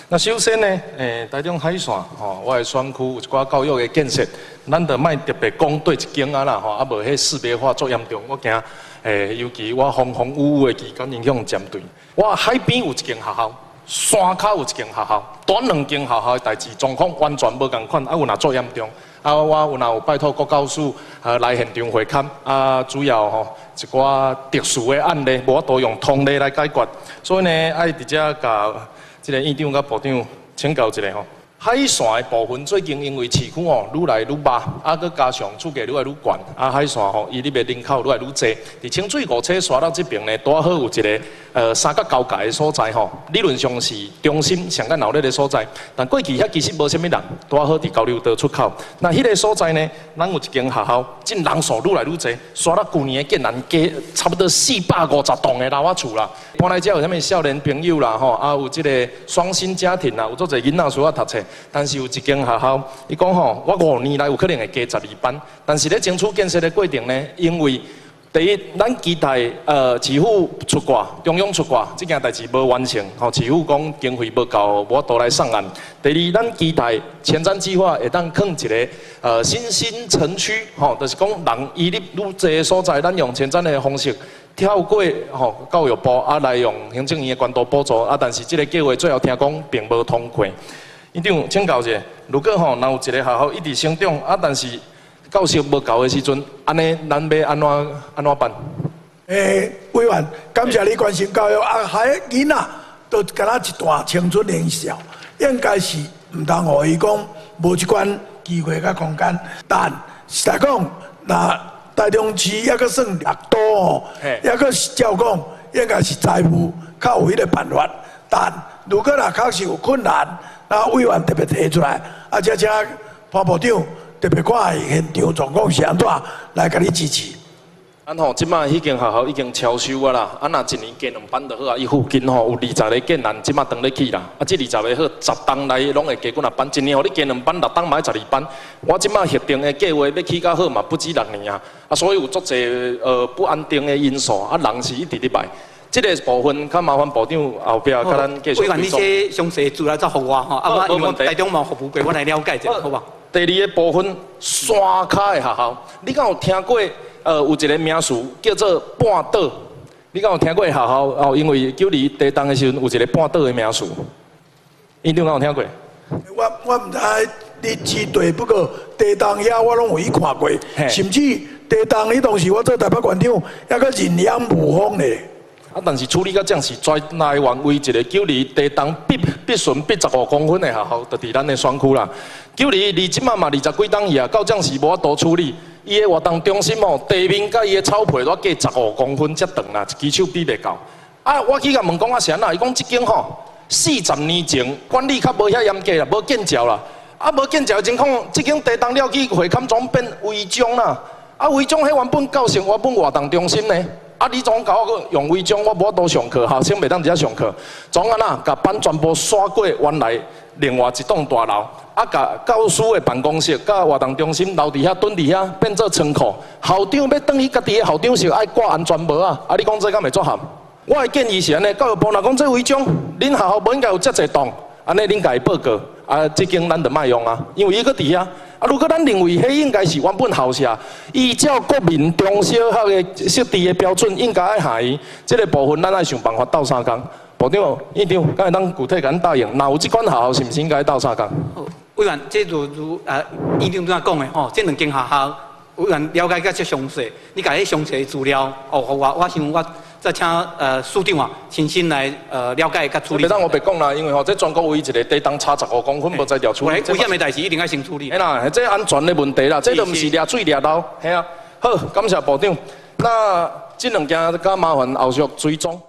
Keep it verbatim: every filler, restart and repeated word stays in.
那首先呢，诶，台中海线吼，我的选区有一寡教育的建设，咱着莫特别讲对一间啊啦吼，啊无迄识别化作严重，我惊诶，尤其我风风雨雨的期间影响针对。我海边有一间学校，山脚有一间学校，短两间学校的代志状况完全无共款，啊有若作严重，啊我有若有拜托国教署呃来现场会勘，啊主要吼一寡特殊的案例，无法度用通例来解决，所以呢，爱直接甲。这个院长甲部长请教一下吼，海线的部分最近因为市区哦愈来愈密，啊，佮加上厝价愈来愈悬，啊，海线吼伊里面人口愈来愈济。伫清水五车刷到这边呢，拄好有一个呃三角交界的所在吼，理论上是中心上较闹热的所在，但过去遐其实无啥物人，拄好伫交流道出口。那迄个所在呢，咱有一间学校，进人数愈来愈济，刷到去年的建南加差不多四百五十栋的楼仔厝啦。搬来遮有啥物少年朋友啦吼，啊有即个双薪家庭啦，有做侪囡仔需要读册，但是有一间学校，伊讲吼，我五年来有可能会加十二班，但是咧争取建设的过程呢，因为第一，咱期待呃市府出挂，中央出挂，这件代志无完成，吼市府讲经费无够，无法度来上岸。第二，咱期待前瞻计划会当放一个呃新兴城区，吼，就是讲人伊哩愈济的所在，咱用前瞻的方式。跳过吼教育部啊，来用行政院的关督补助啊，但是这个计划最后听讲并无通过。院长请教一下，如果吼若有一个学校一直成长啊，但是教室无够的时阵，安尼咱要安怎安怎办？ 诶，委员，感谢你关心教育啊，孩囡仔都敢若一段青春年少，应该是唔通互伊讲无即款机会甲空间，但实来讲那。台中市抑阁算略多哦，抑阁是照讲，应该是财务较有迄个办法。但如果若确实有困难，那委员特别提出来，啊，则请潘部长特别看现场状况是安怎来甲你支持。 咱吼，即摆迄间学校已经超收啊啦，啊，若一年加两班就好啊。伊附近吼有二十个建难，即摆当咧去啦。啊，即二十个好，十档来拢会加几若班，一年互你加两班，六档买十二班。我即摆核定的计划要起较好嘛，不止六年啊。啊，所以有足侪呃不安定的因素，啊，人是一直伫摆。即个部分，较麻烦部长后壁甲咱继续委员，你这详细资料再互我吼，啊，我因为台中嘛服务过，我来了解一下，好吧？ 第二个部分，山脚的学校，你敢有听过？呃，有一个名词叫做半岛，你敢有听过学校？哦，因为九里地动的时阵有一个半岛的名词，院长敢有听过？ 我我唔知你指对，不过地动遐我拢有去看过，甚至地动迄当时我做台北县长，还阁人仰无风咧。 啊，但是处理到这样是全来源为一个九里地动必必顺必十五公分的学校，就伫咱的选区啦。九里离即马嘛二十几档去啊，到这样是无法度处理。伊的活动中心哦，地面甲伊的草皮都加十五公分遮长啦，一支手比袂到。啊，我去甲问讲啊，是安那？伊讲即间吼，四十年前管理较无遐严格啦，无建照啦。啊，无建照的情况，即间地动了去会勘总变违章啦。啊，违章迄原本构成原本活动中心呢。啊，你总搞我用违章，我无法度上课，学生袂当直接上课。总安那，甲班全部刷过原来另外一栋大楼。啊，甲教师的办公室、甲活动中心留伫遐蹲伫遐，变做仓库。校长要等于家己的校长室爱挂安全帽啊！啊，你讲这敢会作合？我的建议是安尼，教育部若讲这违章，恁学校无应该有遮侪栋，安尼恁家己报告。啊，这间咱就卖用啊，因为伊搁伫遐。啊，如果咱认为迄应该是原本校舍，依照国民中小学的设置的标准，应该爱下伊。这个部分咱爱想办法斗相共。部长、院长，敢会当具体甲咱答应？若有即款学校，是毋是应该斗相共？ 委员，这如如呃，院长怎讲的吼？这两间学校，委员了解较较详细，你甲迄详细资料哦，互我，我想我再请呃署长啊，亲身来呃了解甲处理。袂当我别讲啦，因为吼，这全国为一个地动差十五公分，无在调处理。危险的代志一定要先处理。哎啦，这安全的问题啦，这都毋是掠水掠漏，系啊。好，感谢部长。那这两件较麻烦后续追踪。